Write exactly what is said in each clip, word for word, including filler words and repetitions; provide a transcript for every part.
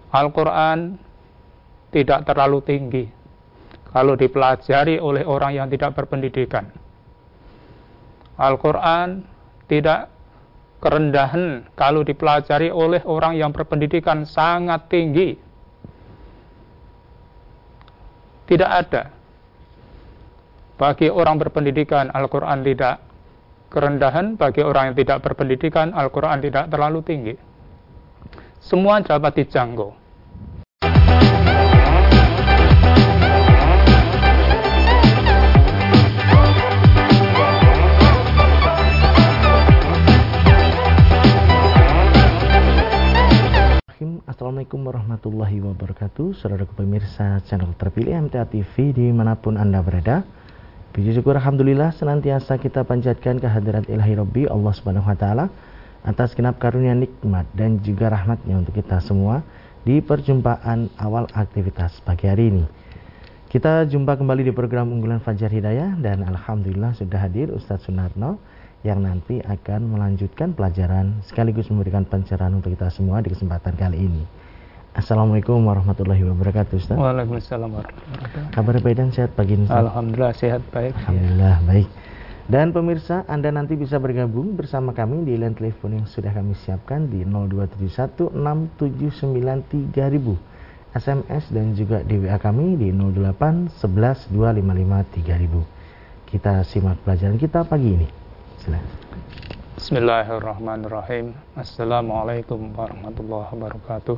Al-Quran tidak terlalu tinggi kalau dipelajari oleh orang yang tidak berpendidikan. Al-Quran tidak kerendahan kalau dipelajari oleh orang yang berpendidikan sangat tinggi. Tidak ada. Bagi orang berpendidikan, Al-Quran tidak kerendahan. Bagi orang yang tidak berpendidikan, Al-Quran tidak terlalu tinggi. Semua dapat dijangkau. Assalamualaikum warahmatullahi wabarakatuh. Saudaraku pemirsa channel terpilih M T A T V dimanapun Anda berada, puji syukur alhamdulillah senantiasa kita panjatkan kehadirat ilahi Rabbi Allah subhanahu wa ta'ala atas genap karunia nikmat dan juga rahmatnya untuk kita semua di perjumpaan awal aktivitas pagi hari ini. Kita jumpa kembali di program unggulan Fajar Hidayah, dan alhamdulillah sudah hadir Ustadz Sunarno yang nanti akan melanjutkan pelajaran sekaligus memberikan pencerahan untuk kita semua di kesempatan kali ini. Assalamualaikum warahmatullahi wabarakatuh, Ustaz. Waalaikumsalam warahmatullahi wabarakatuh. Kabar baik dan sehat pagi ini, Ustaz? Alhamdulillah sehat baik. Alhamdulillah ya. Baik. Dan pemirsa, Anda nanti bisa bergabung bersama kami di line telepon yang sudah kami siapkan di nol dua tujuh satu enam tujuh sembilan tiga ribu, S M S dan juga di W A kami di nol delapan sebelas dua lima lima tiga ribu. Kita simak pelajaran kita pagi ini. Bismillahirrahmanirrahim. Assalamualaikum warahmatullahi wabarakatuh.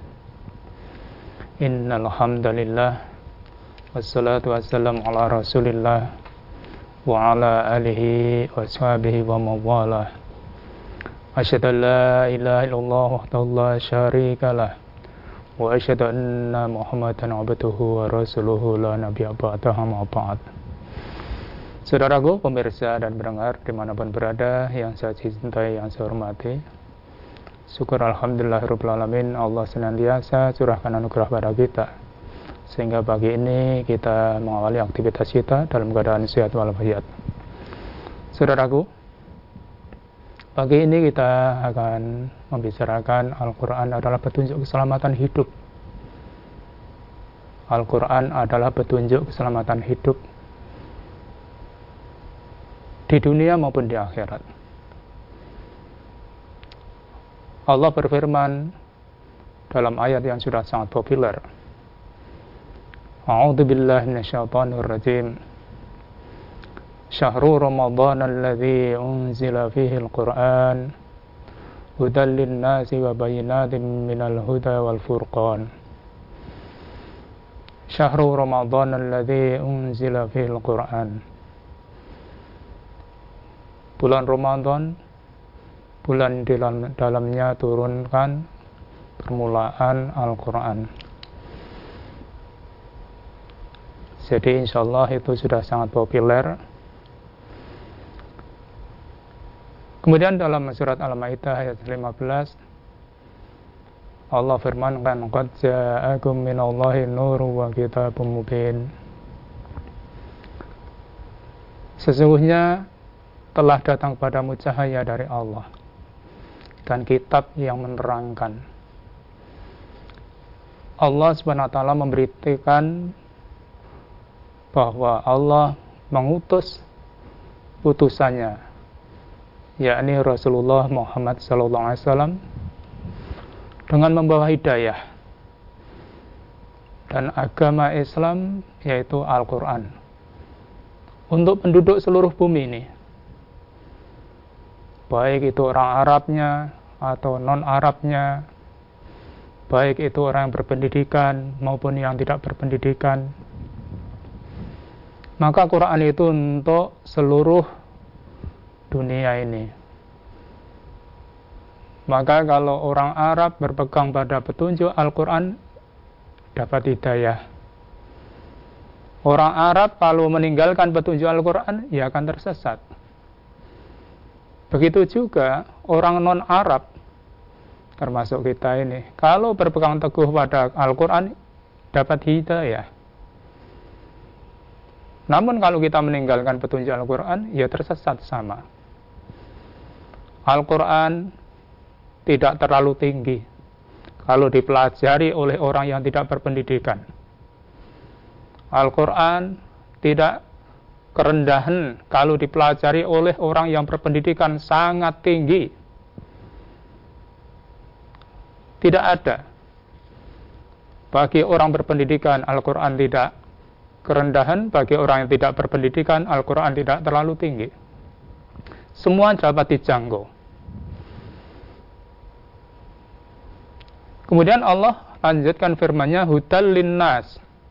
Innal hamdalillah wassalatu wassalamu ala Rasulillah wa ala alihi wa sahbihi wa mawalah. Asyhadu an la ilaha illallah wahdahu la syarika lah wa asyhadu anna Muhammadan abduhu wa rasuluhu la nabiyya ba'dahu ma ba'd. Saudaraku, pemirsa dan pendengar dimanapun berada yang saya cintai, yang saya hormati, syukur alhamdulillahirabbil alamin, Allah senantiasa curahkan anugerah pada kita sehingga pagi ini kita mengawali aktivitas kita dalam keadaan sehat walafiat. Saudaraku, pagi ini kita akan membicarakan Al-Quran adalah petunjuk keselamatan hidup. Al-Quran adalah petunjuk keselamatan hidup di dunia maupun di akhirat. Allah berfirman dalam ayat yang sudah sangat populer, A'udzu billahi minasyaitonir rajim. Syahrul Ramadan alladzi unzila fihi al-Qur'an hudan lin-nasi wa bayyinatin minal huda wal furqan. Syahrul Ramadan alladzi unzila fihi al-Qur'an. Bulan Ramadan, bulan di dalam, dalamnya turunkan permulaan Al-Quran. Jadi insya Allah itu sudah sangat populer. Kemudian dalam surat Al-Maidah ayat lima belas, Allah firmankan, Qad ja'akum minallahi nurun wa kitabun mubin. Sesungguhnya telah datang padamu cahaya dari Allah dan kitab yang menerangkan. Allah subhanahu wa taala memberitakan bahwa Allah mengutus utusannya, yakni Rasulullah Muhammad sallallahu alaihi wasallam, dengan membawa hidayah dan agama Islam, yaitu Al-Quran, untuk penduduk seluruh bumi ini, baik itu orang Arabnya atau non-Arabnya, baik itu orang yang berpendidikan maupun yang tidak berpendidikan. Maka Quran itu untuk seluruh dunia ini. Maka kalau orang Arab berpegang pada petunjuk Al-Quran, dapat hidayah. Orang Arab kalau meninggalkan petunjuk Al-Quran, ia akan tersesat. Begitu juga orang non-Arab, termasuk kita ini, kalau berpegang teguh pada Al-Quran, dapat hidayah. Namun kalau kita meninggalkan petunjuk Al-Quran, ya tersesat sama. Al-Quran tidak terlalu tinggi kalau dipelajari oleh orang yang tidak berpendidikan. Al-Quran tidak kerendahan kalau dipelajari oleh orang yang berpendidikan sangat tinggi. Tidak ada. Bagi orang berpendidikan, Al-Quran tidak kerendahan. Bagi orang yang tidak berpendidikan, Al-Quran tidak terlalu tinggi. Semua dapat dijangkau. Kemudian Allah lanjutkan firman-Nya, hudal linnas.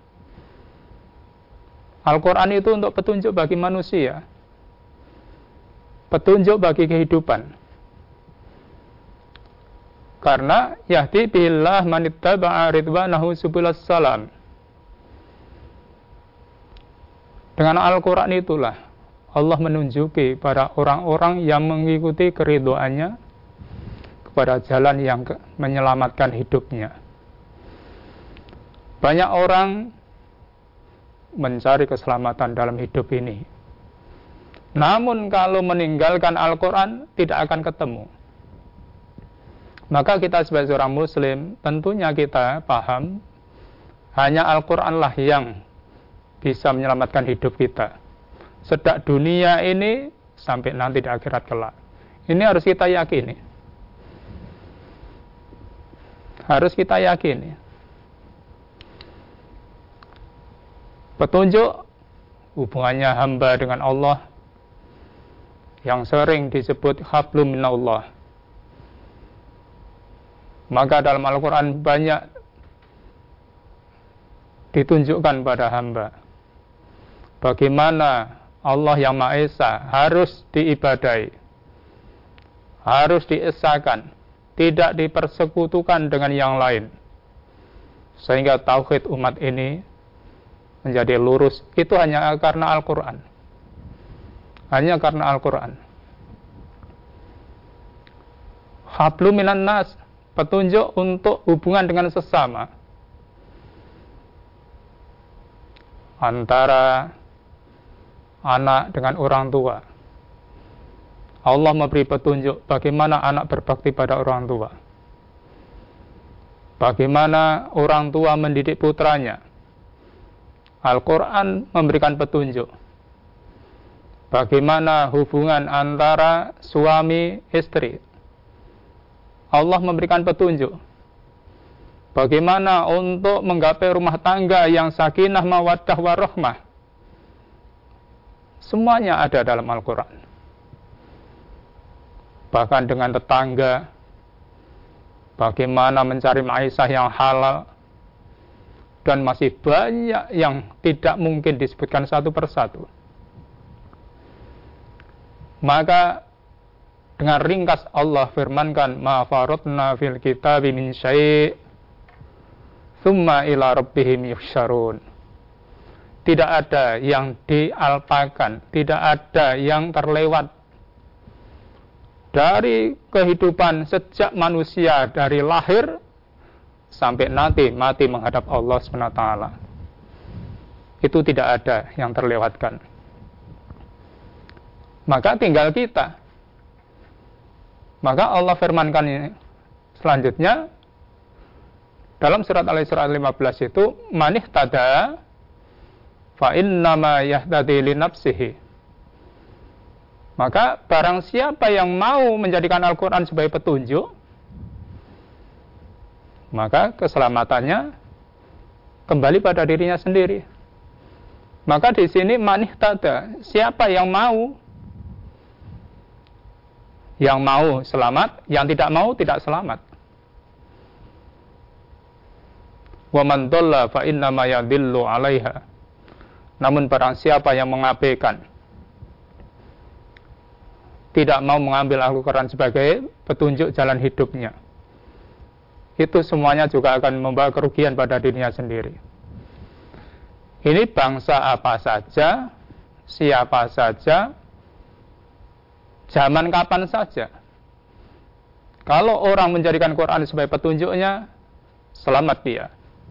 Al-Quran itu untuk petunjuk bagi manusia, petunjuk bagi kehidupan. Karena yahdi billah manittaba'a ridwanahu subulas salam. Dengan Al-Quran itulah Allah menunjuki pada orang-orang yang mengikuti keridhoannya kepada jalan yang menyelamatkan hidupnya. Banyak orang mencari keselamatan dalam hidup ini. Namun kalau meninggalkan Al-Quran tidak akan ketemu. Maka kita sebagai seorang muslim tentunya kita paham hanya Al-Quranlah yang bisa menyelamatkan hidup kita. Sedak dunia ini sampai nanti di akhirat kelak. Ini harus kita yakini. Harus kita yakini. Petunjuk hubungannya hamba dengan Allah yang sering disebut hablum minallah. Maka dalam Al-Quran banyak ditunjukkan pada hamba bagaimana Allah yang Maha Esa harus diibadai, harus diesakan, tidak dipersekutukan dengan yang lain, sehingga tauhid umat ini menjadi lurus. Itu hanya karena Al-Quran. Hanya karena Al-Quran. Hablum minan nas, petunjuk untuk hubungan dengan sesama. Antara anak dengan orang tua. Allah memberi petunjuk bagaimana anak berbakti pada orang tua. Bagaimana orang tua mendidik putranya. Al-Quran memberikan petunjuk bagaimana hubungan antara suami istri. Allah memberikan petunjuk bagaimana untuk menggapai rumah tangga yang sakinah mawaddah warahmah. Semuanya ada dalam Al-Quran. Bahkan dengan tetangga, bagaimana mencari maisha yang halal. Dan masih banyak yang tidak mungkin disebutkan satu persatu. Maka dengan ringkas Allah firmankan, ma faratna fil kitabi min syai' tsumma ila rabbihim yuhsyarun. Tidak ada yang dialpakan, tidak ada yang terlewat dari kehidupan sejak manusia dari lahir sampai nanti mati menghadap Allah subhanahu wa taala. Itu tidak ada yang terlewatkan. Maka tinggal kita. Maka Allah firmankan ini selanjutnya dalam surat Al-Isra lima belas itu, manih tada fa innama yahtadi li nafsihi. Maka barang siapa yang mau menjadikan Al-Quran sebagai petunjuk, maka keselamatannya kembali pada dirinya sendiri. Maka di sini manih tada, siapa yang mau, yang mau selamat, yang tidak mau tidak selamat. Wa man dhalla fa innama yadhillu 'alaiha. Namun barang siapa yang mengabaikan, tidak mau mengambil Al-Quran sebagai petunjuk jalan hidupnya, itu semuanya juga akan membawa kerugian pada dirinya sendiri. Ini bangsa apa saja, siapa saja, zaman kapan saja. Kalau orang menjadikan Quran sebagai petunjuknya, selamat dia.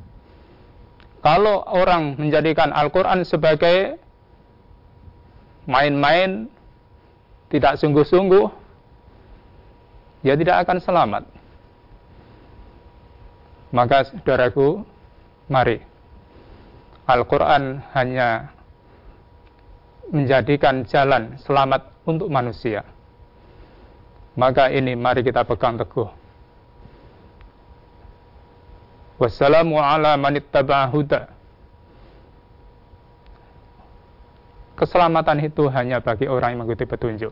Kalau orang menjadikan Al-Quran sebagai main-main, tidak sungguh-sungguh, dia tidak akan selamat. Maka saudaraku, mari, Al-Quran hanya menjadikan jalan selamat untuk manusia. Maka ini mari kita pegang teguh. Wassalamu ala manittaba'a huda. Keselamatan itu hanya bagi orang yang mengikuti petunjuk.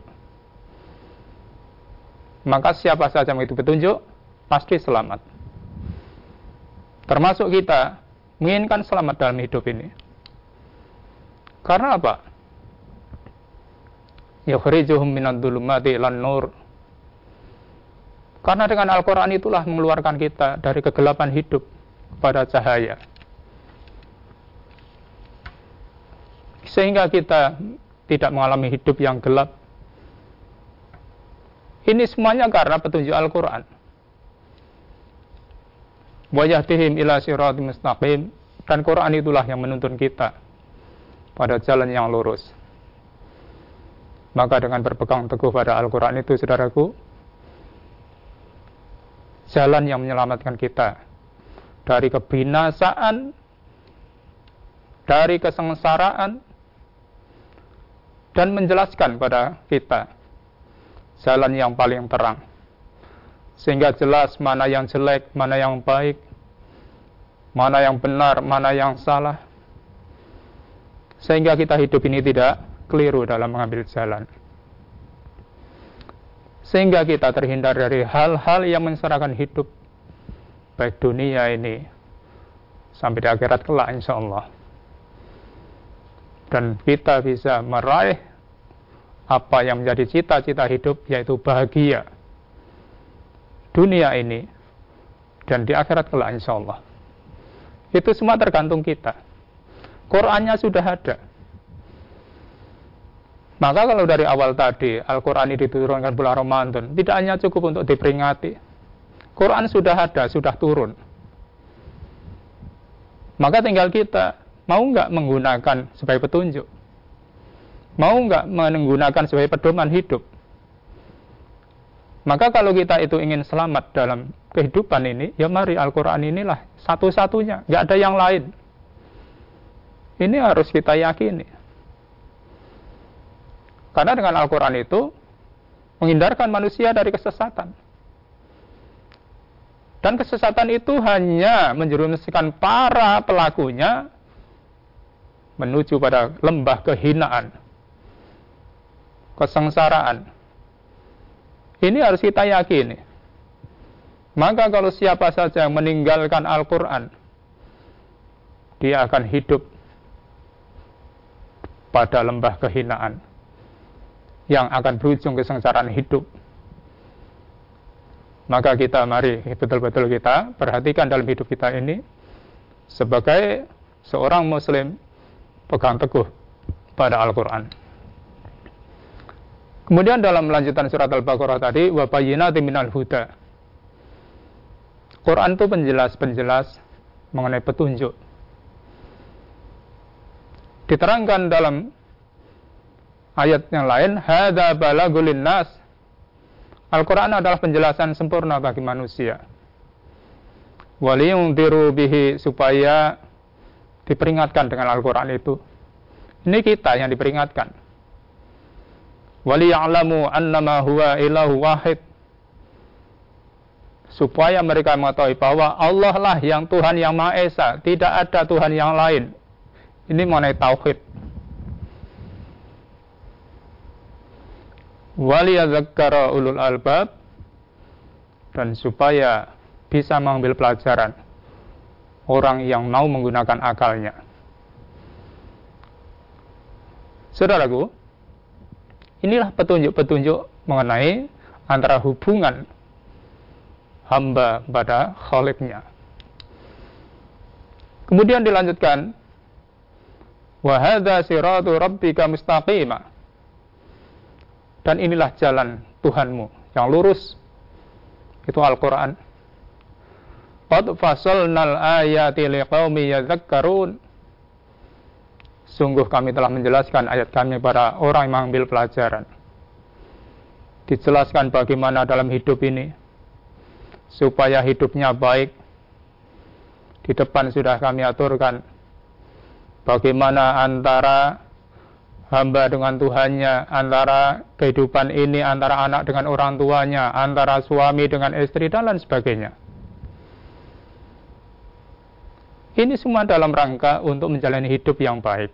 Maka siapa saja mengikuti petunjuk, pasti selamat. Termasuk kita menginginkan selamat dalam hidup ini. Karena apa? Yukhrijuhum minadh-dhulumati ilan nur. Karena dengan Al-Quran itulah mengeluarkan kita dari kegelapan hidup kepada cahaya. Sehingga kita tidak mengalami hidup yang gelap. Ini semuanya karena petunjuk Al-Quran. Wa yahdihim ila siratim mustaqim. Dan Quran itulah yang menuntun kita pada jalan yang lurus. Maka dengan berpegang teguh pada Al-Quran itu, saudaraku, jalan yang menyelamatkan kita dari kebinasaan, dari kesengsaraan, dan menjelaskan pada kita jalan yang paling terang. Sehingga jelas mana yang jelek, mana yang baik, mana yang benar, mana yang salah. Sehingga kita hidup ini tidak keliru dalam mengambil jalan. Sehingga kita terhindar dari hal-hal yang menyengsarakan hidup, baik dunia ini sampai di akhirat kelak insyaallah. Dan kita bisa meraih apa yang menjadi cita-cita hidup, yaitu bahagia dunia ini dan di akhirat kelak insyaallah. Itu semua tergantung kita. Qur'annya sudah ada. Maka kalau dari awal tadi Al-Quran ini diturunkan bulan Ramadan, tidak hanya cukup untuk diperingati. Quran sudah ada, sudah turun. Maka tinggal kita mau nggak menggunakan sebagai petunjuk, mau nggak menggunakan sebagai pedoman hidup. Maka kalau kita itu ingin selamat dalam kehidupan ini, ya mari Al-Quran inilah satu-satunya, nggak ada yang lain. Ini harus kita yakini. Karena dengan Al-Quran itu menghindarkan manusia dari kesesatan. Dan kesesatan itu hanya menjerumuskan para pelakunya menuju pada lembah kehinaan, kesengsaraan. Ini harus kita yakini. Maka kalau siapa saja yang meninggalkan Al-Quran, dia akan hidup pada lembah kehinaan yang akan berujung kesengsaraan hidup. Maka kita mari betul-betul kita perhatikan dalam hidup kita ini sebagai seorang muslim pegang teguh pada Al-Quran. Kemudian dalam lanjutan surat Al-Baqarah tadi, wa bayyinatin minal huda. Quran itu penjelas-penjelas mengenai petunjuk. Diterangkan dalam ayat yang lain, hadza balagul linnas. Al-Quran adalah penjelasan sempurna bagi manusia. Waliyundiru bihi, supaya diperingatkan dengan Al-Quran itu. Ini kita yang diperingatkan. Waliya'lamu annama huwa ilahu wahid, supaya mereka mengetahui bahwa Allah lah yang Tuhan yang Maha Esa, tidak ada Tuhan yang lain. Ini mengenai tauhid. Waliyadzakkara ulul albab, dan supaya bisa mengambil pelajaran orang yang mau menggunakan akalnya. Saudaraku, inilah petunjuk-petunjuk mengenai antara hubungan hamba pada Khalik-Nya. Kemudian dilanjutkan, wa hadza siratu rabbika mustaqima. Dan inilah jalan Tuhanmu yang lurus, itu Al-Quran. Qad fasalnal ayati liqaumi yadhakkarun. Sungguh kami telah menjelaskan ayat kami para orang yang mengambil pelajaran. Dijelaskan bagaimana dalam hidup ini supaya hidupnya baik, Di depan sudah kami aturkan bagaimana antara hamba dengan Tuhannya, antara kehidupan ini, antara anak dengan orang tuanya, antara suami dengan istri, dan lain sebagainya. Ini semua dalam rangka untuk menjalani hidup yang baik.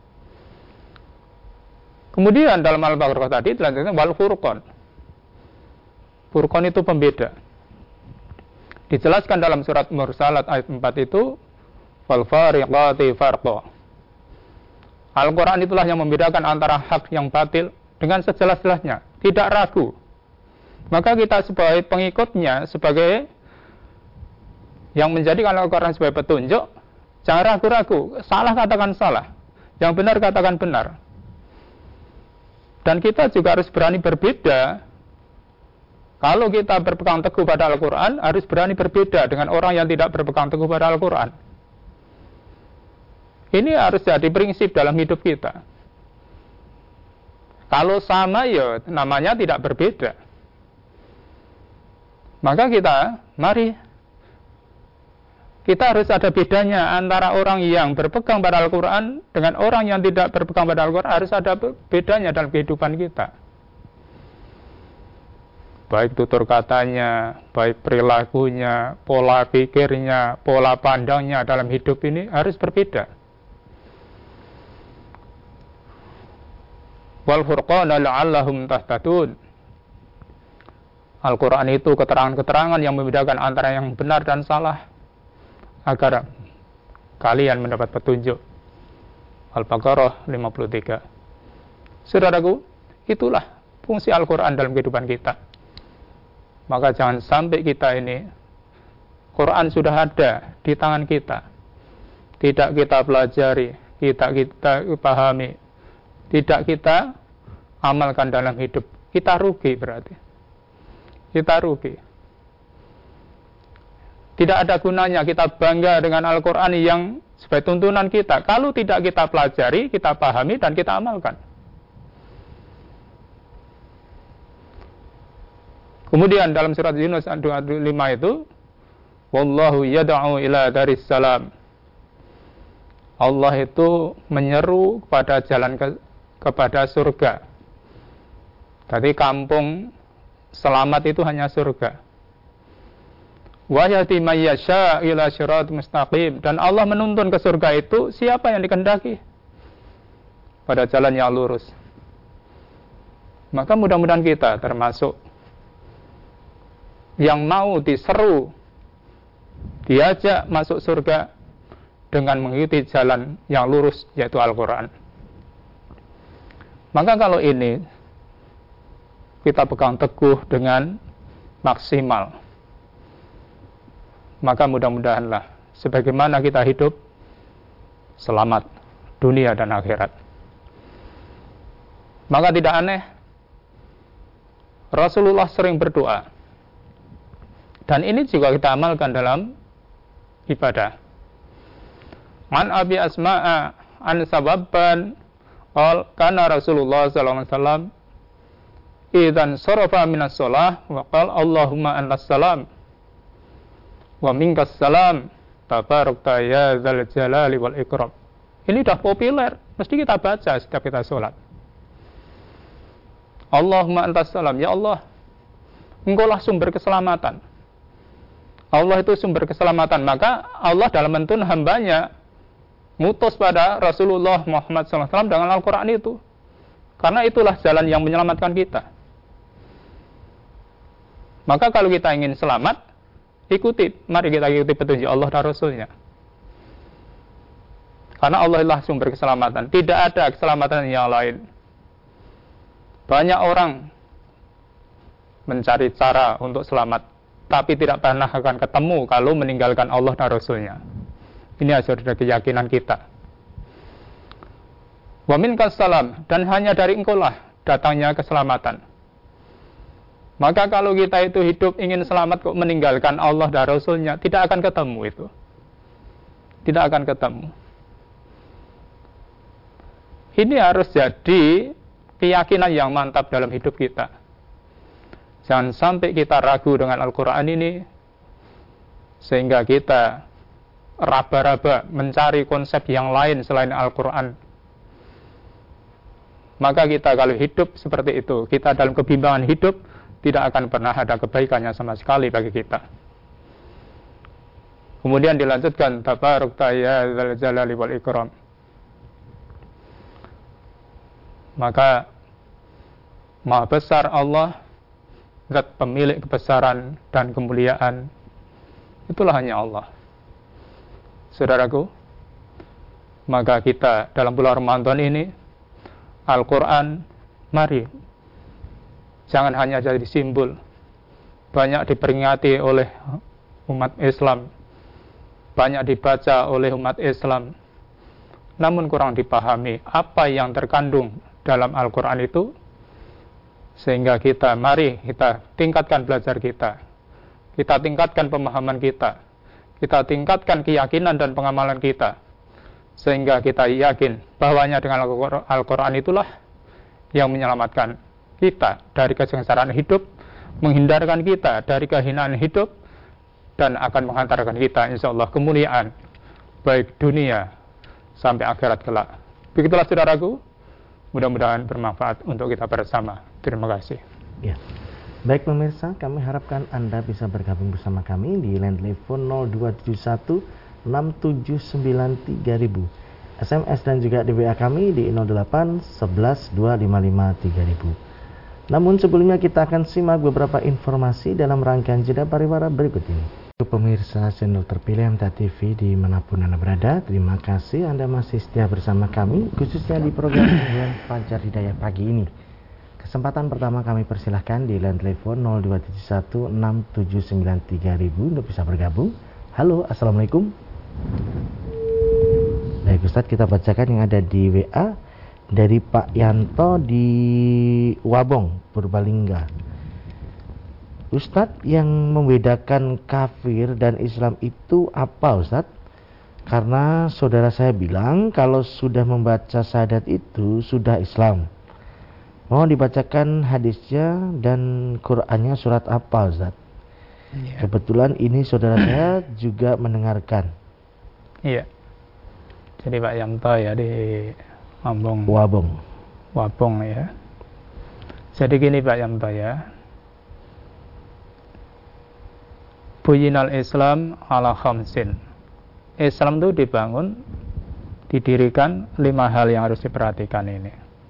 Kemudian dalam Al-Baqarah tadi dilanjutkan wal furqan. Furqan itu pembeda. Dijelaskan dalam surat Mursalat ayat empat itu wal fariqati farqa. Al-Quran itulah yang membedakan antara hak yang batil dengan sejelas-jelasnya, tidak ragu. Maka kita sebagai pengikutnya, sebagai yang menjadikan Al-Quran sebagai petunjuk, jangan ragu-ragu, salah katakan salah, yang benar katakan benar. Dan kita juga harus berani berbeda. Kalau kita berpegang teguh pada Al-Quran, harus berani berbeda dengan orang yang tidak berpegang teguh pada Al-Quran. Ini harus jadi prinsip dalam hidup kita. Kalau sama ya namanya tidak berbeda. Maka kita, mari kita harus ada bedanya antara orang yang berpegang pada Al-Quran dengan orang yang tidak berpegang pada Al-Quran. Harus ada bedanya dalam kehidupan kita. Baik tutur katanya, baik perilakunya, pola pikirnya, pola pandangnya dalam hidup ini harus berbeda. Wal furqana la'allahum tahtadun. Al-Quran itu keterangan-keterangan yang membedakan antara yang benar dan salah, agar kalian mendapat petunjuk. Al-Baqarah lima puluh tiga. Saudaraku, itulah fungsi Al-Quran dalam kehidupan kita. Maka jangan sampai kita ini, Quran sudah ada di tangan kita, tidak kita pelajari, tidak kita pahami, tidak kita amalkan dalam hidup, kita rugi berarti. Kita rugi. Tidak ada gunanya kita bangga dengan Al-Quran yang sebagai tuntunan kita, kalau tidak kita pelajari, kita pahami, dan kita amalkan. Kemudian dalam surat Yunus dua puluh lima itu, wallahu yad'u ila daris salam. Allah itu menyeru kepada jalan ke, kepada surga. Tadi kampung selamat itu hanya surga. Wa yahdi may yasha ila siratal mustaqim, dan Allah menuntun ke surga itu siapa yang dikehendaki pada jalan yang lurus. Maka mudah-mudahan kita termasuk yang mau diseru, diajak masuk surga dengan mengikuti jalan yang lurus, yaitu Al-Quran. Maka kalau ini kita pegang teguh dengan maksimal, maka mudah-mudahanlah sebagaimana kita hidup selamat dunia dan akhirat. Maka tidak aneh Rasulullah sering berdoa, dan ini juga kita amalkan dalam ibadah. An Abi Asma'a an sababban qala kana Rasulullah sallallahu alaihi wasallam idzan sarafa minas shalah wa qala Allahumma antas salam wa minkas salam tabarakta ya dzal jalali wal ikram. Ini dah populer, mesti kita baca setiap kita sholat. Allahumma antas salam, ya Allah, Engkaulah sumber keselamatan. Allah itu sumber keselamatan. Maka Allah dalam menuntun hambanya ngutus pada Rasulullah Muhammad shallallahu alaihi wasallam dengan Al-Quran itu, karena itulah jalan yang menyelamatkan kita. Maka kalau kita ingin selamat, ikuti, mari kita ikuti petunjuk Allah dan Rasulnya, karena Allah adalah sumber keselamatan. Tidak ada keselamatan yang lain. Banyak orang mencari cara untuk selamat, tapi tidak pernah akan ketemu kalau meninggalkan Allah dan Rasulnya. Ini adalah keyakinan kita. Wa minkas salam, dan hanya dari Engkaulah datangnya keselamatan. Maka kalau kita itu hidup ingin selamat kok meninggalkan Allah dan Rasulnya, tidak akan ketemu itu. Tidak akan ketemu. Ini harus jadi keyakinan yang mantap dalam hidup kita. Jangan sampai kita ragu dengan Al-Quran ini, sehingga kita raba-raba mencari konsep yang lain selain Al-Quran, maka kita kalau hidup seperti itu, kita dalam kebimbangan hidup, tidak akan pernah ada kebaikannya sama sekali bagi kita. Kemudian dilanjutkan, tabarakta ya dzal jalali wal ikram. Maka Maha besar Allah, zat pemilik kebesaran dan kemuliaan, itulah hanya Allah. Saudaraku, maka kita dalam bulan Ramadan ini, Al-Quran, mari, jangan hanya jadi simbol, banyak diperingati oleh umat Islam, banyak dibaca oleh umat Islam, namun kurang dipahami apa yang terkandung dalam Al-Quran itu, sehingga kita, mari kita tingkatkan belajar kita, kita tingkatkan pemahaman kita, kita tingkatkan keyakinan dan pengamalan kita, sehingga kita yakin bahwanya dengan Al-Quran itulah yang menyelamatkan kita dari kesengsaraan hidup, menghindarkan kita dari kehinaan hidup, dan akan menghantarkan kita insyaallah kemuliaan baik dunia sampai akhirat kelak. Begitulah saudaraku, mudah-mudahan bermanfaat untuk kita bersama. Terima kasih. Ya. Baik pemirsa, kami harapkan Anda bisa bergabung bersama kami di line telepon nol dua tujuh satu enam tujuh sembilan tiga ribu, S M S dan juga di W A kami di nol delapan sebelas dua lima lima tiga ribu. Namun sebelumnya kita akan simak beberapa informasi dalam rangkaian jeda pariwara berikut ini. Pemirsa channel terpilih M T A T V dimanapun Anda berada, terima kasih Anda masih setia bersama kami, khususnya di program Unggulan Fajar Hidayah pagi ini. Kesempatan pertama kami persilahkan di line telepon nol dua tujuh satu enam tujuh sembilan tiga ribu untuk bisa bergabung. Halo, assalamualaikum. Baik Ustadz, kita bacakan yang ada di W A dari Pak Yanto di Wabong, Purbalingga. Ustadz, yang membedakan kafir dan Islam itu apa Ustadz? Karena saudara saya bilang kalau sudah membaca syahadat itu sudah Islam. Mau dibacakan hadisnya dan Qur'annya surat apa Ustadz? Ya. Kebetulan ini saudara saya juga mendengarkan. Iya. Jadi Pak Yanto ya di Wabong. Wabong. Wabong ya. Jadi gini Pak Yanto ya. Buyinal Islam ala khamsin. Islam itu dibangun, didirikan lima hal yang harus diperhatikan ini.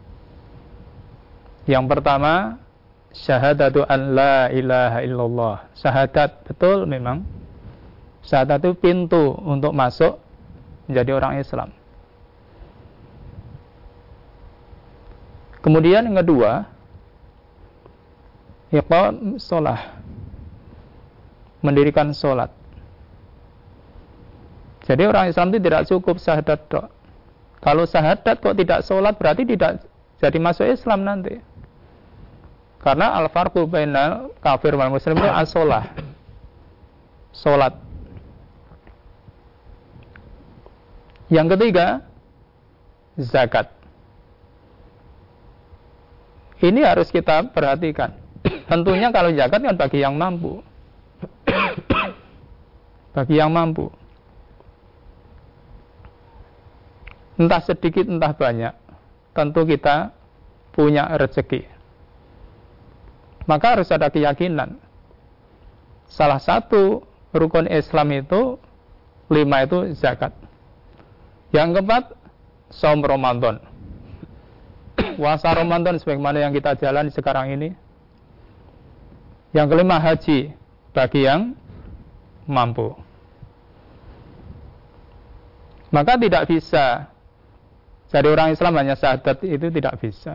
Yang pertama, syahadatu an la ilaha illallah. Syahadat, betul memang. Syahadat itu pintu untuk masuk menjadi orang Islam. Kemudian yang kedua, iqam sholah, mendirikan sholat. Jadi orang Islam itu tidak cukup syahadat dok. Kalau syahadat kok tidak sholat, berarti tidak jadi masuk Islam nanti. Karena al-farqu bainal kafir wal muslim itu as-sholah, sholat. Yang ketiga, zakat. Ini harus kita perhatikan. Tentunya kalau zakat kan bagi yang mampu. Bagi yang mampu. Entah sedikit, entah banyak. Tentu kita punya rezeki. Maka harus ada keyakinan. Salah satu rukun Islam itu, lima itu zakat. Yang keempat, saum Ramadan. Puasa Ramadan sebagaimana yang kita jalani sekarang ini. Yang kelima, haji bagi yang mampu. Maka tidak bisa jadi orang Islam hanya syahadat, itu tidak bisa.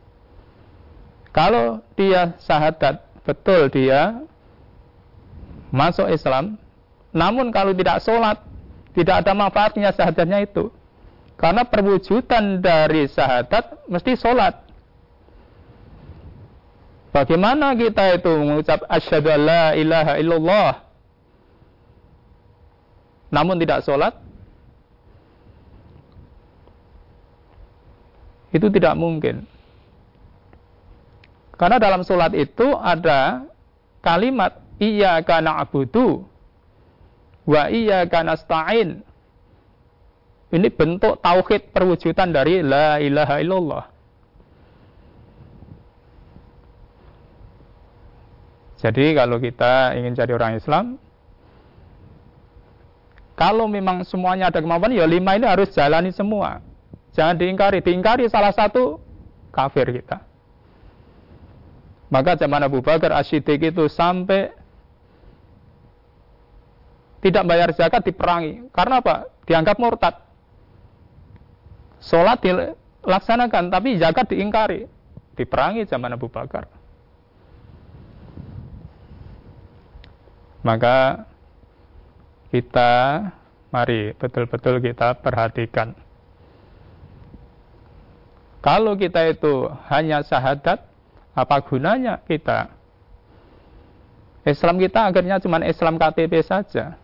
Kalau dia syahadat, betul dia masuk Islam, namun kalau tidak sholat, tidak ada manfaatnya syahadatnya itu. Karena perwujudan dari syahadat mesti sholat. Bagaimana kita itu mengucap asyhadu alla ilaha illallah namun tidak sholat? Itu tidak mungkin. Karena dalam sholat itu ada kalimat iyyaka na'budu. wa iyyaka nasta'in. Ini bentuk tauhid perwujudan dari la ilaha illallah. Jadi kalau kita ingin jadi orang Islam, kalau memang semuanya ada kemampuan, ya lima ini harus jalani semua. Jangan diingkari. Diingkari salah satu, kafir kita. Maka zaman Abu Bakar As-Siddiq itu sampai tidak bayar zakat diperangi. Karena apa? Dianggap murtad. Sholat dilaksanakan, tapi zakat diingkari. Diperangi zaman Abu Bakar. Maka kita, mari betul-betul kita perhatikan. Kalau kita itu hanya syahadat, apa gunanya kita? Islam kita akhirnya cuma Islam K T P saja.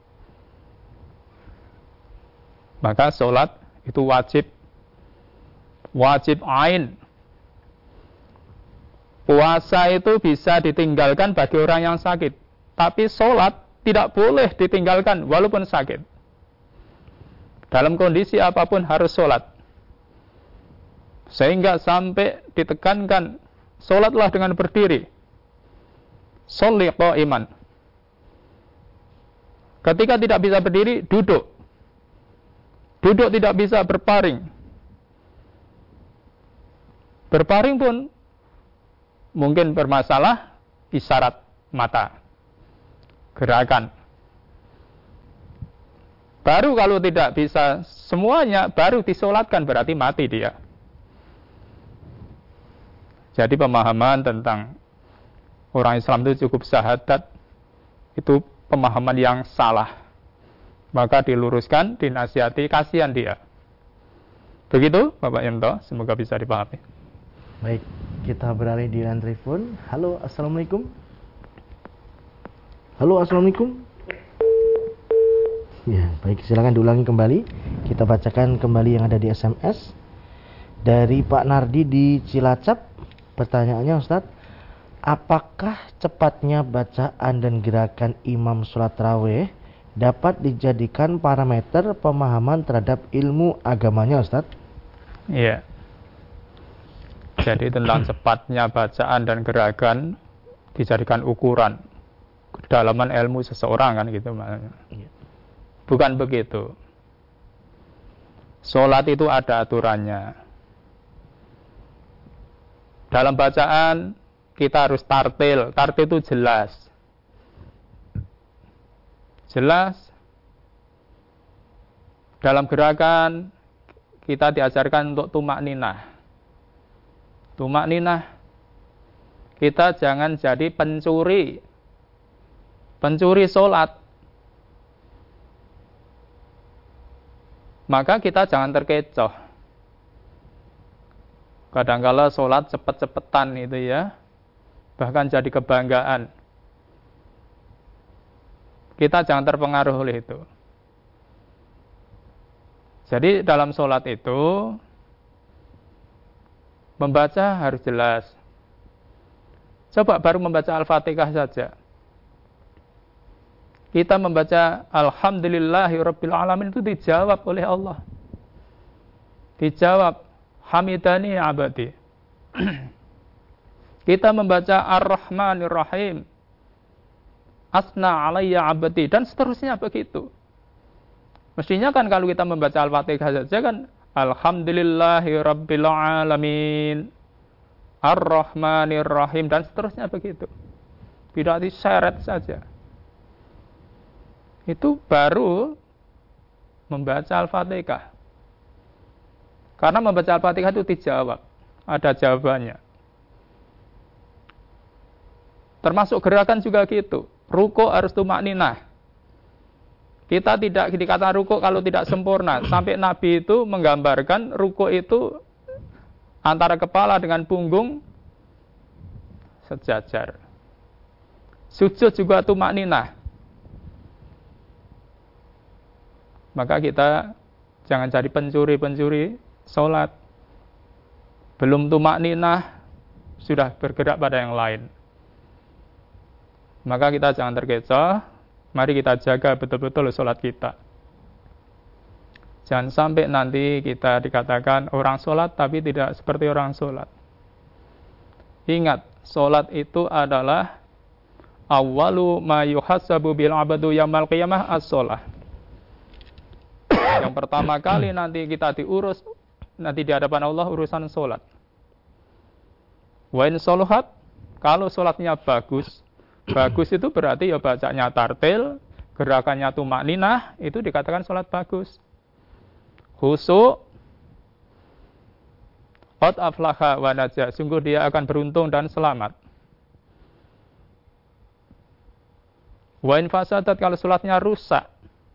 Maka sholat itu wajib. Wajib ain. Puasa itu bisa ditinggalkan bagi orang yang sakit. Tapi sholat tidak boleh ditinggalkan walaupun sakit. Dalam kondisi apapun harus sholat. Sehingga sampai ditekankan, sholatlah dengan berdiri. Sholli qa'iman. Ketika tidak bisa berdiri, duduk. Duduk tidak bisa berparing. Berparing pun mungkin bermasalah isyarat mata. Gerakan. Baru kalau tidak bisa semuanya, baru disolatkan, berarti mati dia. Jadi pemahaman tentang orang Islam itu cukup syahadat, itu pemahaman yang salah. Maka diluruskan, dinasihati, kasihan dia. Begitu Bapak Yanto, semoga bisa dipahami. Baik, kita beralih di line telepon. Halo, Assalamualaikum. Halo, Assalamualaikum. Ya, baik, silakan diulangi kembali. Kita bacakan kembali yang ada di S M S. Dari Pak Nardi di Cilacap. Pertanyaannya, Ustadz, apakah cepatnya bacaan dan gerakan imam sholat tarawih dapat dijadikan parameter pemahaman terhadap ilmu agamanya, Ustadz? Iya. Jadi tentang cepatnya bacaan dan gerakan dijadikan ukuran kedalaman ilmu seseorang, kan gitu maknanya. Bukan begitu. Sholat itu ada aturannya. Dalam bacaan kita harus tartil. Tartil itu jelas. Jelas. Dalam gerakan kita diajarkan untuk tumak ninah. Tumak ninah. Kita jangan jadi pencuri. Pencuri sholat. Maka kita jangan terkecoh. Kadang-kala sholat cepet-cepetan itu ya. Bahkan jadi kebanggaan. Kita jangan terpengaruh oleh itu. Jadi dalam sholat itu membaca harus jelas. Coba baru membaca Al-Fatihah saja. Kita membaca Alhamdulillahirabbil alamin itu dijawab oleh Allah. Dijawab Hamidani abadi. Kita membaca Ar-Rahmanir Rahim. Asna alayya abadi, dan seterusnya begitu. Mestinya kan kalau kita membaca Al-Fatihah saja kan Alhamdulillahirabbil alamin. Ar-Rahmanir Rahim, dan seterusnya begitu. Tidak diseret saja. Itu baru membaca Al-Fatihah. Karena membaca Al-Fatihah itu dijawab. Ada jawabannya. Termasuk gerakan juga gitu. Ruku harus tumak ninah. Kita tidak dikatakan ruku kalau tidak sempurna. Sampai Nabi itu menggambarkan ruku itu antara kepala dengan punggung sejajar. Sujud juga tumak ninah. Maka kita jangan jadi pencuri-pencuri sholat. Belum tumak ninah, sudah bergerak pada yang lain. Maka kita jangan terkecoh. Mari kita jaga betul-betul sholat kita. Jangan sampai nanti kita dikatakan orang sholat tapi tidak seperti orang sholat. Ingat, sholat itu adalah awwalu ma yuhassabu bil abdu yaumil qiyamah as-sholah. Yang pertama kali nanti kita diurus nanti di hadapan Allah urusan sholat. Wa in sholuhat, kalau sholatnya bagus, bagus itu berarti ya bacanya tartil, gerakannya tumakninah, itu dikatakan sholat bagus. Khusyuk, qad aflaha wa najah, sungguh dia akan beruntung dan selamat. Wa in fasadat, kalau sholatnya rusak,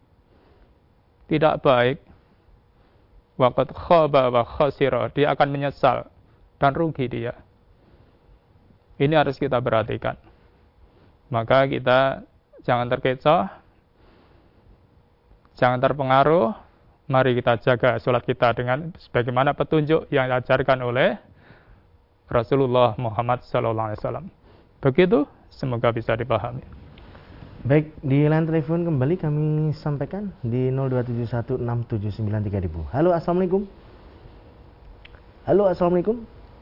tidak baik, wa qad khaba wa khasira, dia akan menyesal dan rugi dia. Ini harus kita perhatikan. Maka kita jangan terkecoh, jangan terpengaruh. Mari kita jaga sholat kita dengan sebagaimana petunjuk yang diajarkan oleh Rasulullah Muhammad sallallahu alaihi wasallam. Begitu, semoga bisa dipahami. Baik, di line telepon kembali kami sampaikan di nol dua tujuh satu enam tujuh sembilan tiga nol nol nol. Halo, assalamualaikum. Halo, assalamualaikum.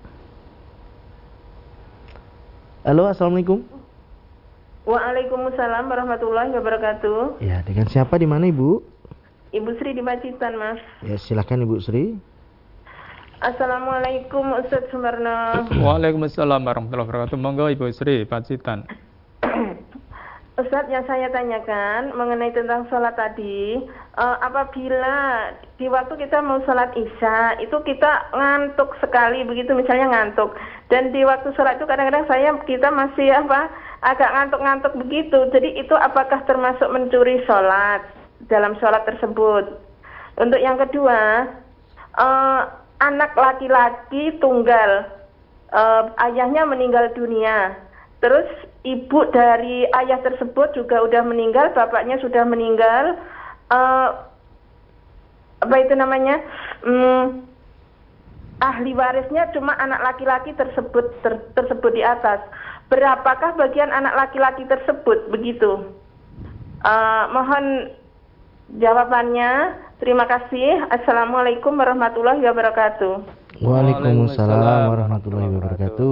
Halo, assalamualaikum. Waalaikumsalam warahmatullahi wabarakatuh. Ya, dengan siapa di mana Ibu? Ibu Sri di Pacitan, Mas. Ya, silakan Ibu Sri. Assalamualaikum Ustaz Sumarno. Waalaikumsalam warahmatullahi wabarakatuh. Monggo Ibu Sri, Pacitan. Ustaz, yang saya tanyakan mengenai tentang sholat tadi, uh, apabila di waktu kita mau sholat isya, itu kita ngantuk sekali, begitu misalnya ngantuk. Dan di waktu sholat itu kadang-kadang saya, kita masih apa, agak ngantuk-ngantuk begitu. Jadi itu apakah termasuk mencuri sholat dalam sholat tersebut? Untuk yang kedua, uh, anak laki-laki tunggal, uh, ayahnya meninggal dunia. Terus ibu dari ayah tersebut juga udah meninggal, bapaknya sudah meninggal. Uh, apa itu namanya? Um, ahli warisnya cuma anak laki-laki tersebut ter, tersebut di atas. Berapakah bagian anak laki-laki tersebut? Begitu. Uh, mohon jawabannya. Terima kasih. Assalamualaikum warahmatullahi wabarakatuh. Waalaikumsalam warahmatullahi wabarakatuh.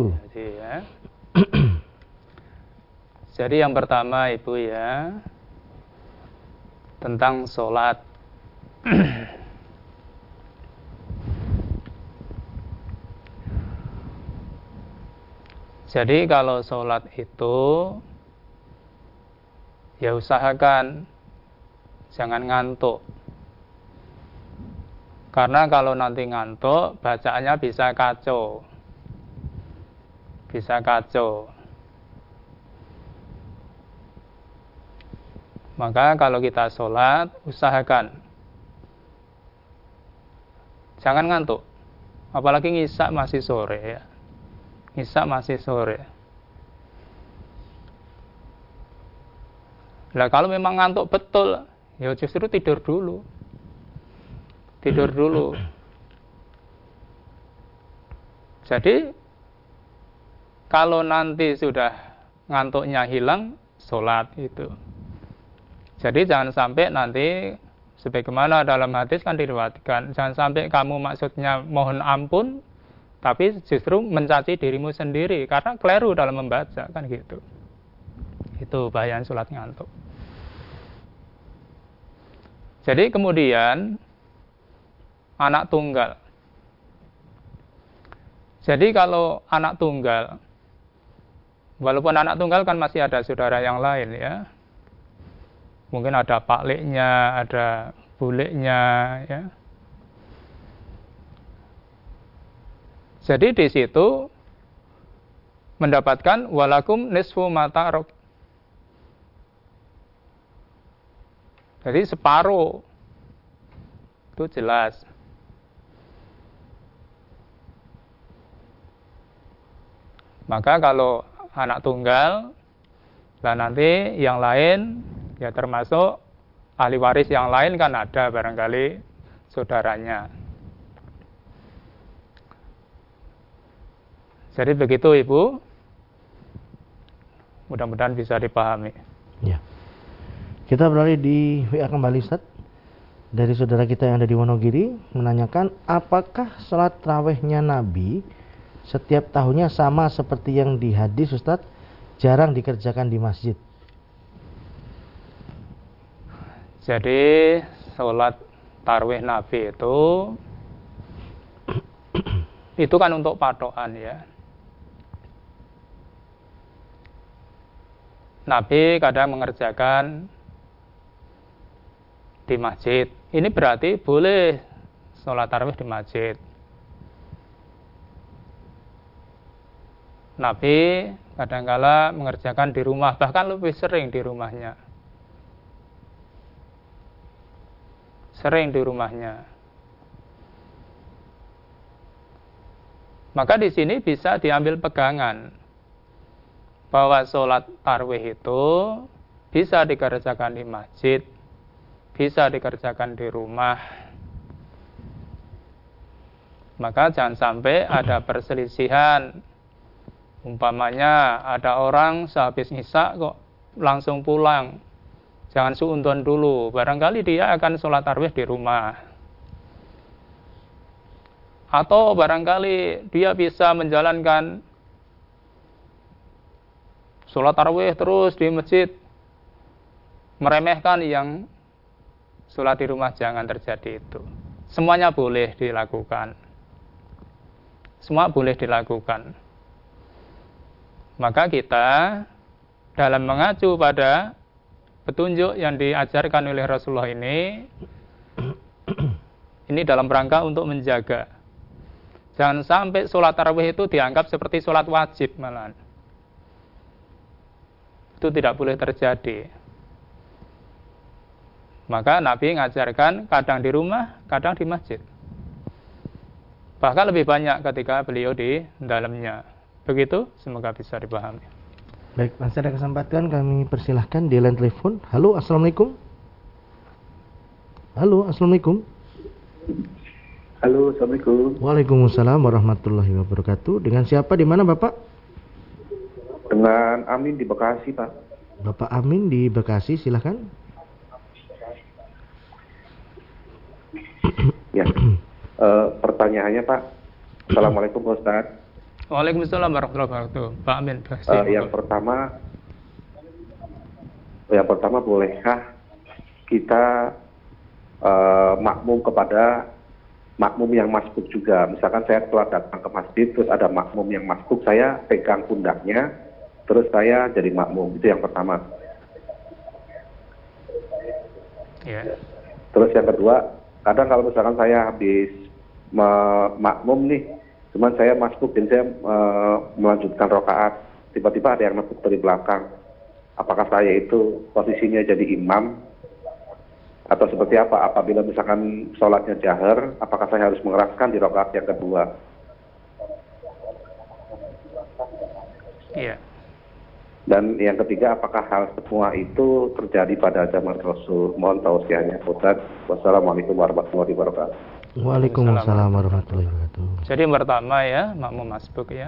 Jadi yang pertama Ibu ya, tentang sholat. Jadi kalau sholat itu, ya usahakan jangan ngantuk. Karena kalau nanti ngantuk, bacaannya bisa kacau. Bisa kacau. Maka kalau kita sholat, usahakan jangan ngantuk. Apalagi ngisak masih sore ya. Ngisak masih sore. Nah kalau memang ngantuk betul, ya justru tidur dulu. Tidur dulu. Jadi kalau nanti sudah ngantuknya hilang, sholat itu. Jadi jangan sampai nanti sebagaimana dalam hadis kan diriwayatkan, jangan sampai kamu maksudnya mohon ampun tapi justru mencaci dirimu sendiri karena keliru dalam membaca, kan gitu. Itu bahaya sholat ngantuk. Jadi kemudian anak tunggal. Jadi kalau anak tunggal, walaupun anak tunggal kan masih ada saudara yang lain ya. Mungkin ada pakliknya, ada buliknya, ya. Jadi di situ mendapatkan walakum nisfu ma tarok. Jadi separuh. Itu jelas. Maka kalau anak tunggal, lah nanti yang lain ya termasuk ahli waris yang lain kan ada barangkali saudaranya. Jadi begitu Ibu. Mudah-mudahan bisa dipahami. Ya. Kita beralih di W A kembali, Ustaz. Dari saudara kita yang ada di Wonogiri menanyakan, apakah sholat tarawihnya Nabi setiap tahunnya sama seperti yang di hadis, Ustaz, jarang dikerjakan di masjid? Jadi sholat tarawih Nabi itu itu kan untuk patokan ya. Nabi kadang mengerjakan di masjid. Ini berarti boleh sholat tarawih di masjid. Nabi kadangkala mengerjakan di rumah, bahkan lebih sering di rumahnya. Sering di rumahnya. Maka di sini bisa diambil pegangan bahwa sholat tarawih itu bisa dikerjakan di masjid, bisa dikerjakan di rumah. Maka jangan sampai ada perselisihan. Umpamanya ada orang sehabis isya kok langsung pulang, jangan suudzon dulu, barangkali dia akan sholat tarawih di rumah. Atau barangkali dia bisa menjalankan sholat tarawih terus di masjid, meremehkan yang sholat di rumah. Jangan terjadi itu. Semuanya boleh dilakukan. Semua boleh dilakukan. Maka kita dalam mengacu pada petunjuk yang diajarkan oleh Rasulullah ini, ini dalam rangka untuk menjaga. Jangan sampai sholat tarawih itu dianggap seperti sholat wajib malahan. Itu tidak boleh terjadi. Maka Nabi mengajarkan kadang di rumah, kadang di masjid. Bahkan lebih banyak ketika beliau di dalamnya. Begitu, semoga bisa dipahami. Baik, masih ada kesempatan kami persilahkan di line telepon. Halo, assalamualaikum. Halo, assalamualaikum. Halo, assalamualaikum. Waalaikumsalam warahmatullahi wabarakatuh. Dengan siapa, di mana Bapak? Dengan Amin di Bekasi, Pak. Bapak Amin di Bekasi, silahkan. Ya, uh, pertanyaannya Pak. Assalamualaikum Pak Ustaz. Waalaikumsalam warahmatullahi wabarakatuh. Pak Amin. Uh, yang pertama, yang pertama bolehkah kita uh, makmum kepada makmum yang masbuk juga? Misalkan saya telah datang ke masjid, terus ada makmum yang masbuk, saya pegang pundaknya, terus saya jadi makmum. Itu yang pertama. Ya. Terus yang kedua, kadang kalau misalkan saya habis makmum nih, cuman saya masbuk dan saya uh, melanjutkan rakaat, tiba-tiba ada yang masuk dari belakang. Apakah saya itu posisinya jadi imam? Atau seperti apa? Apabila misalkan sholatnya jahar, apakah saya harus mengeraskan di rakaat yang kedua? Iya. Dan yang ketiga, apakah hal semua itu terjadi pada zaman Rasul? Mohon tausiahnya, Ustaz. Wassalamualaikum warahmatullahi wabarakatuh. Waalaikumsalam warahmatullahi wabarakatuh. Jadi yang pertama ya, makmum masbuk ya.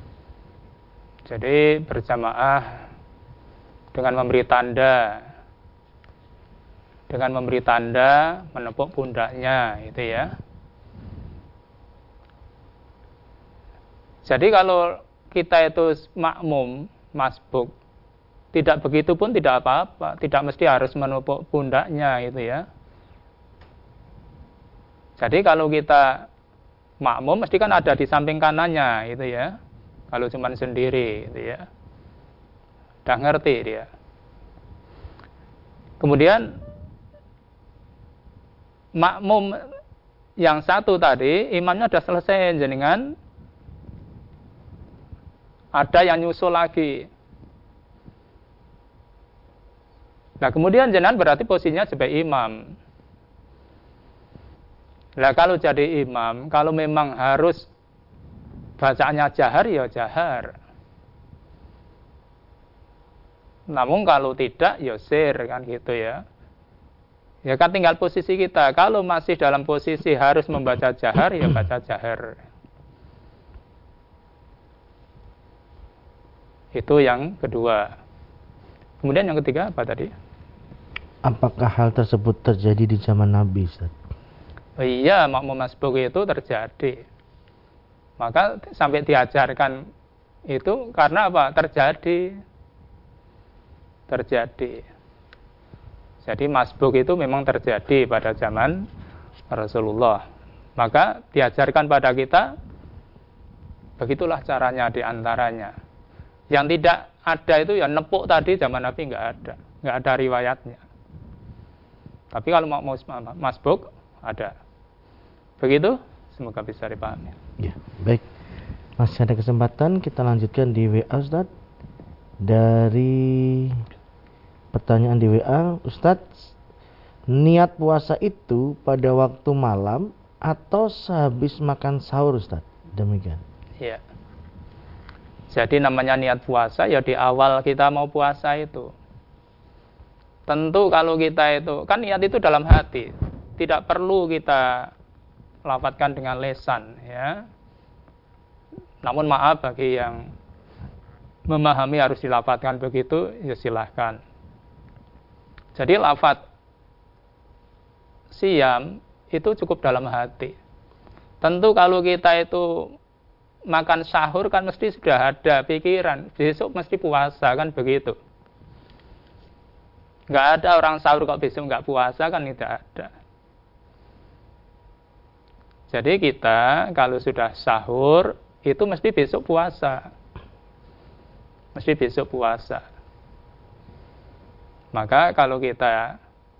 Jadi berjamaah dengan memberi tanda, dengan memberi tanda menepuk pundaknya, itu ya. Jadi kalau kita itu makmum masbuk, tidak begitu pun tidak apa-apa, tidak mesti harus menepuk pundaknya, itu ya. Jadi kalau kita makmum mesti kan ada di samping kanannya, itu ya. Kalau cuma sendiri, itu ya. Udah ngerti dia. Kemudian makmum yang satu tadi, imamnya sudah selesai, jenengan ada yang nyusul lagi. Nah kemudian jenengan berarti posisinya sebagai imam. Nah kalau jadi imam, kalau memang harus bacaannya jahar, ya jahar. Namun kalau tidak, ya sir, kan gitu ya. Ya kan tinggal posisi kita. Kalau masih dalam posisi harus membaca jahar, ya baca jahar. Itu yang kedua. Kemudian yang ketiga apa tadi? Apakah hal tersebut terjadi di zaman Nabi, Ustaz? Oh iya, makmum masbuk itu terjadi. Maka sampai diajarkan itu karena apa? Terjadi. Terjadi. Jadi masbuk itu memang terjadi pada zaman Rasulullah. Maka diajarkan pada kita, begitulah caranya diantaranya. Yang tidak ada itu ya nepuk tadi zaman Nabi nggak ada. Nggak ada riwayatnya. Tapi kalau mau masbuk ada. Begitu, semoga bisa dipahami. Ya, baik. Masih ada kesempatan kita lanjutkan di W A, Ustaz. Dari pertanyaan di W A, Ustaz, niat puasa itu pada waktu malam atau sehabis makan sahur, Ustaz? Demikian. Iya. Jadi namanya niat puasa ya di awal kita mau puasa itu. Tentu kalau kita itu, kan niat itu dalam hati, tidak perlu kita lafadzkan dengan lisan, ya. Namun maaf bagi yang memahami harus dilafadzkan begitu, ya silahkan. Jadi lafadz siam itu cukup dalam hati. Tentu kalau kita itu makan sahur kan mesti sudah ada pikiran, besok mesti puasa kan begitu. Nggak ada orang sahur kok besok nggak puasa, kan tidak ada. Jadi kita kalau sudah sahur itu mesti besok puasa. Mesti besok puasa. Maka kalau kita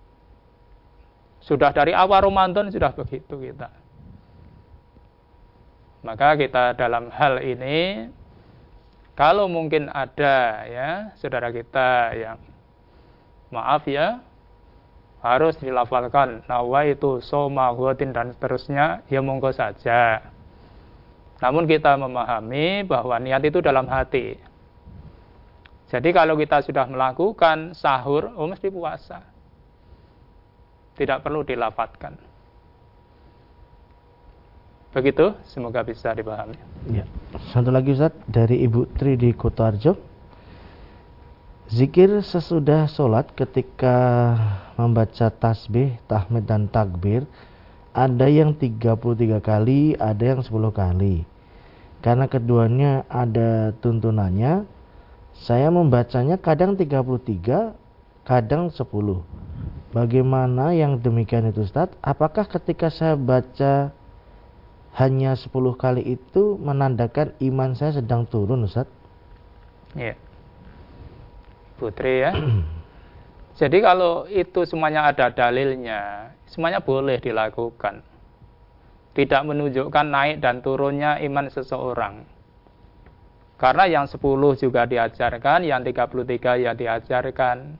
sudah dari awal Ramadan sudah begitu kita. Maka kita dalam hal ini kalau mungkin ada ya saudara kita yang maaf ya, harus dilafalkan nawaitu soma ghatin dan seterusnya, ya monggo saja. Namun kita memahami bahwa niat itu dalam hati. Jadi kalau kita sudah melakukan sahur, oh mesti puasa. Tidak perlu dilafalkan. Begitu, semoga bisa dipahami. Ya. Satu lagi, Ustaz, dari Ibu Tri di Kutoarjo. Zikir sesudah sholat ketika membaca tasbih, tahmid dan takbir, ada yang tiga puluh tiga kali, ada yang sepuluh kali. Karena keduanya ada tuntunannya, saya membacanya kadang tiga puluh tiga, kadang sepuluh. Bagaimana yang demikian itu, Ustaz? Apakah ketika saya baca hanya sepuluh kali itu menandakan iman saya sedang turun, Ustaz? Iya. Putri ya. Jadi kalau itu semuanya ada dalilnya, semuanya boleh dilakukan. Tidak menunjukkan naik dan turunnya iman seseorang. Karena yang sepuluh juga diajarkan, yang tiga puluh tiga ya diajarkan.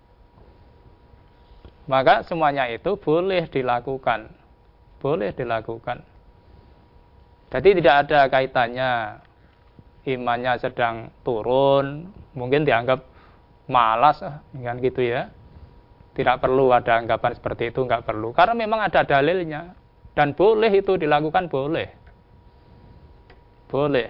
Maka semuanya itu boleh dilakukan. Boleh dilakukan. Jadi tidak ada kaitannya imannya sedang turun, mungkin dianggap malas kan gitu ya. Tidak perlu ada anggapan seperti itu, nggak perlu. Karena memang ada dalilnya dan boleh itu dilakukan, boleh. Boleh.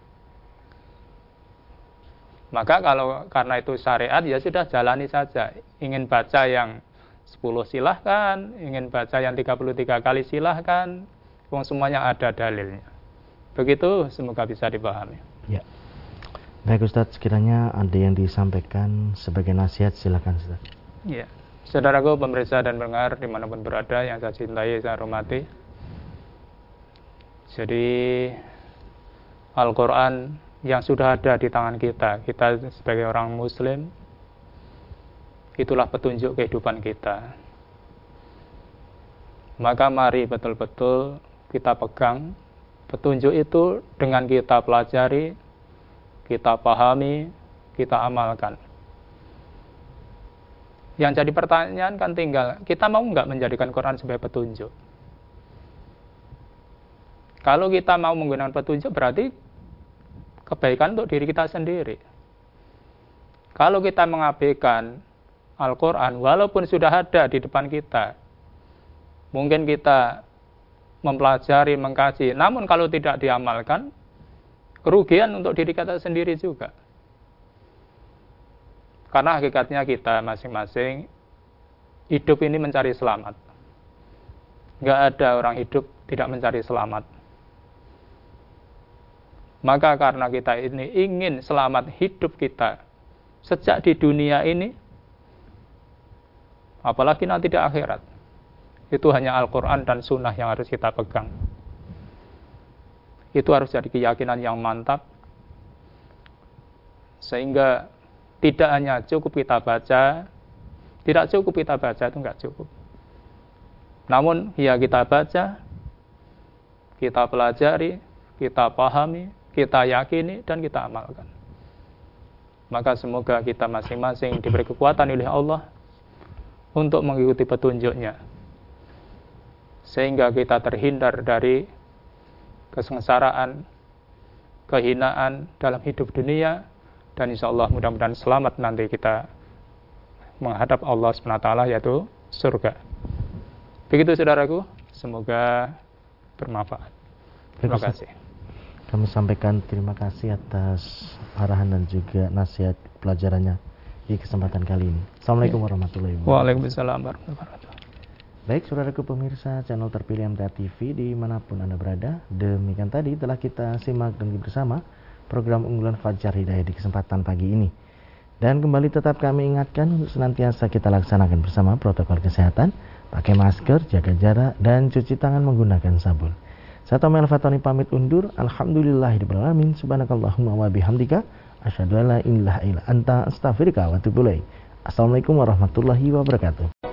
Maka kalau karena itu syariat ya sudah jalani saja. Ingin baca yang sepuluh silahkan, ingin baca yang tiga puluh tiga kali silahkan. Wong semuanya ada dalilnya. Begitu, semoga bisa dipahami. Ya. Baik Ustadz, sekiranya ada yang disampaikan sebagai nasihat, silakan Ustadz. Ya, saudaraku pemirsa dan pendengar dimanapun berada yang saya cintai, saya hormati. Jadi Al-Quran yang sudah ada di tangan kita, kita sebagai orang Muslim, itulah petunjuk kehidupan kita. Maka mari betul-betul kita pegang petunjuk itu dengan kita pelajari, kita pahami, kita amalkan. Yang jadi pertanyaan kan tinggal, kita mau nggak menjadikan Quran sebagai petunjuk? Kalau kita mau menggunakan petunjuk, berarti kebaikan untuk diri kita sendiri. Kalau kita mengabaikan Al-Quran, walaupun sudah ada di depan kita, mungkin kita mempelajari, mengkaji, namun kalau tidak diamalkan, kerugian untuk diri kita sendiri juga. Karena hakikatnya kita masing-masing hidup ini mencari selamat. Nggak ada orang hidup tidak mencari selamat. Maka karena kita ini ingin selamat hidup kita sejak di dunia ini, apalagi nanti di akhirat, itu hanya Al-Quran dan Sunnah yang harus kita pegang. Itu harus jadi keyakinan yang mantap, sehingga tidak hanya cukup kita baca, tidak cukup kita baca, itu enggak cukup. Namun ya kita baca, kita pelajari, kita pahami, kita yakini, dan kita amalkan. Maka semoga kita masing-masing diberi kekuatan oleh Allah untuk mengikuti petunjuknya, sehingga kita terhindar dari kesengsaraan, kehinaan dalam hidup dunia, dan insya Allah mudah-mudahan selamat nanti kita menghadap Allah subhanahu wa taala, yaitu surga. Begitu saudaraku, semoga bermanfaat. Terima kasih. Kami sampaikan terima kasih atas arahan dan juga nasihat pelajarannya di kesempatan kali ini. Assalamualaikum warahmatullahi wabarakatuh. Waalaikumsalam warahmatullahi wabarakatuh. Baik, saudaraku pemirsa channel terpilih M T A T V dimanapun Anda berada, demikian tadi telah kita simak dan bersama program unggulan Fajar Hidayah di kesempatan pagi ini. Dan kembali tetap kami ingatkan untuk senantiasa kita laksanakan bersama protokol kesehatan, pakai masker, jaga jarak, dan cuci tangan menggunakan sabun. Saya Tommy Al-Fatani pamit undur. Alhamdulillahirabbil alamin. Subhanakallahumma wa bihamdika asyhadu an la ilaha illa anta astaghfiruka wa atubu ilaik. Assalamualaikum warahmatullahi wabarakatuh.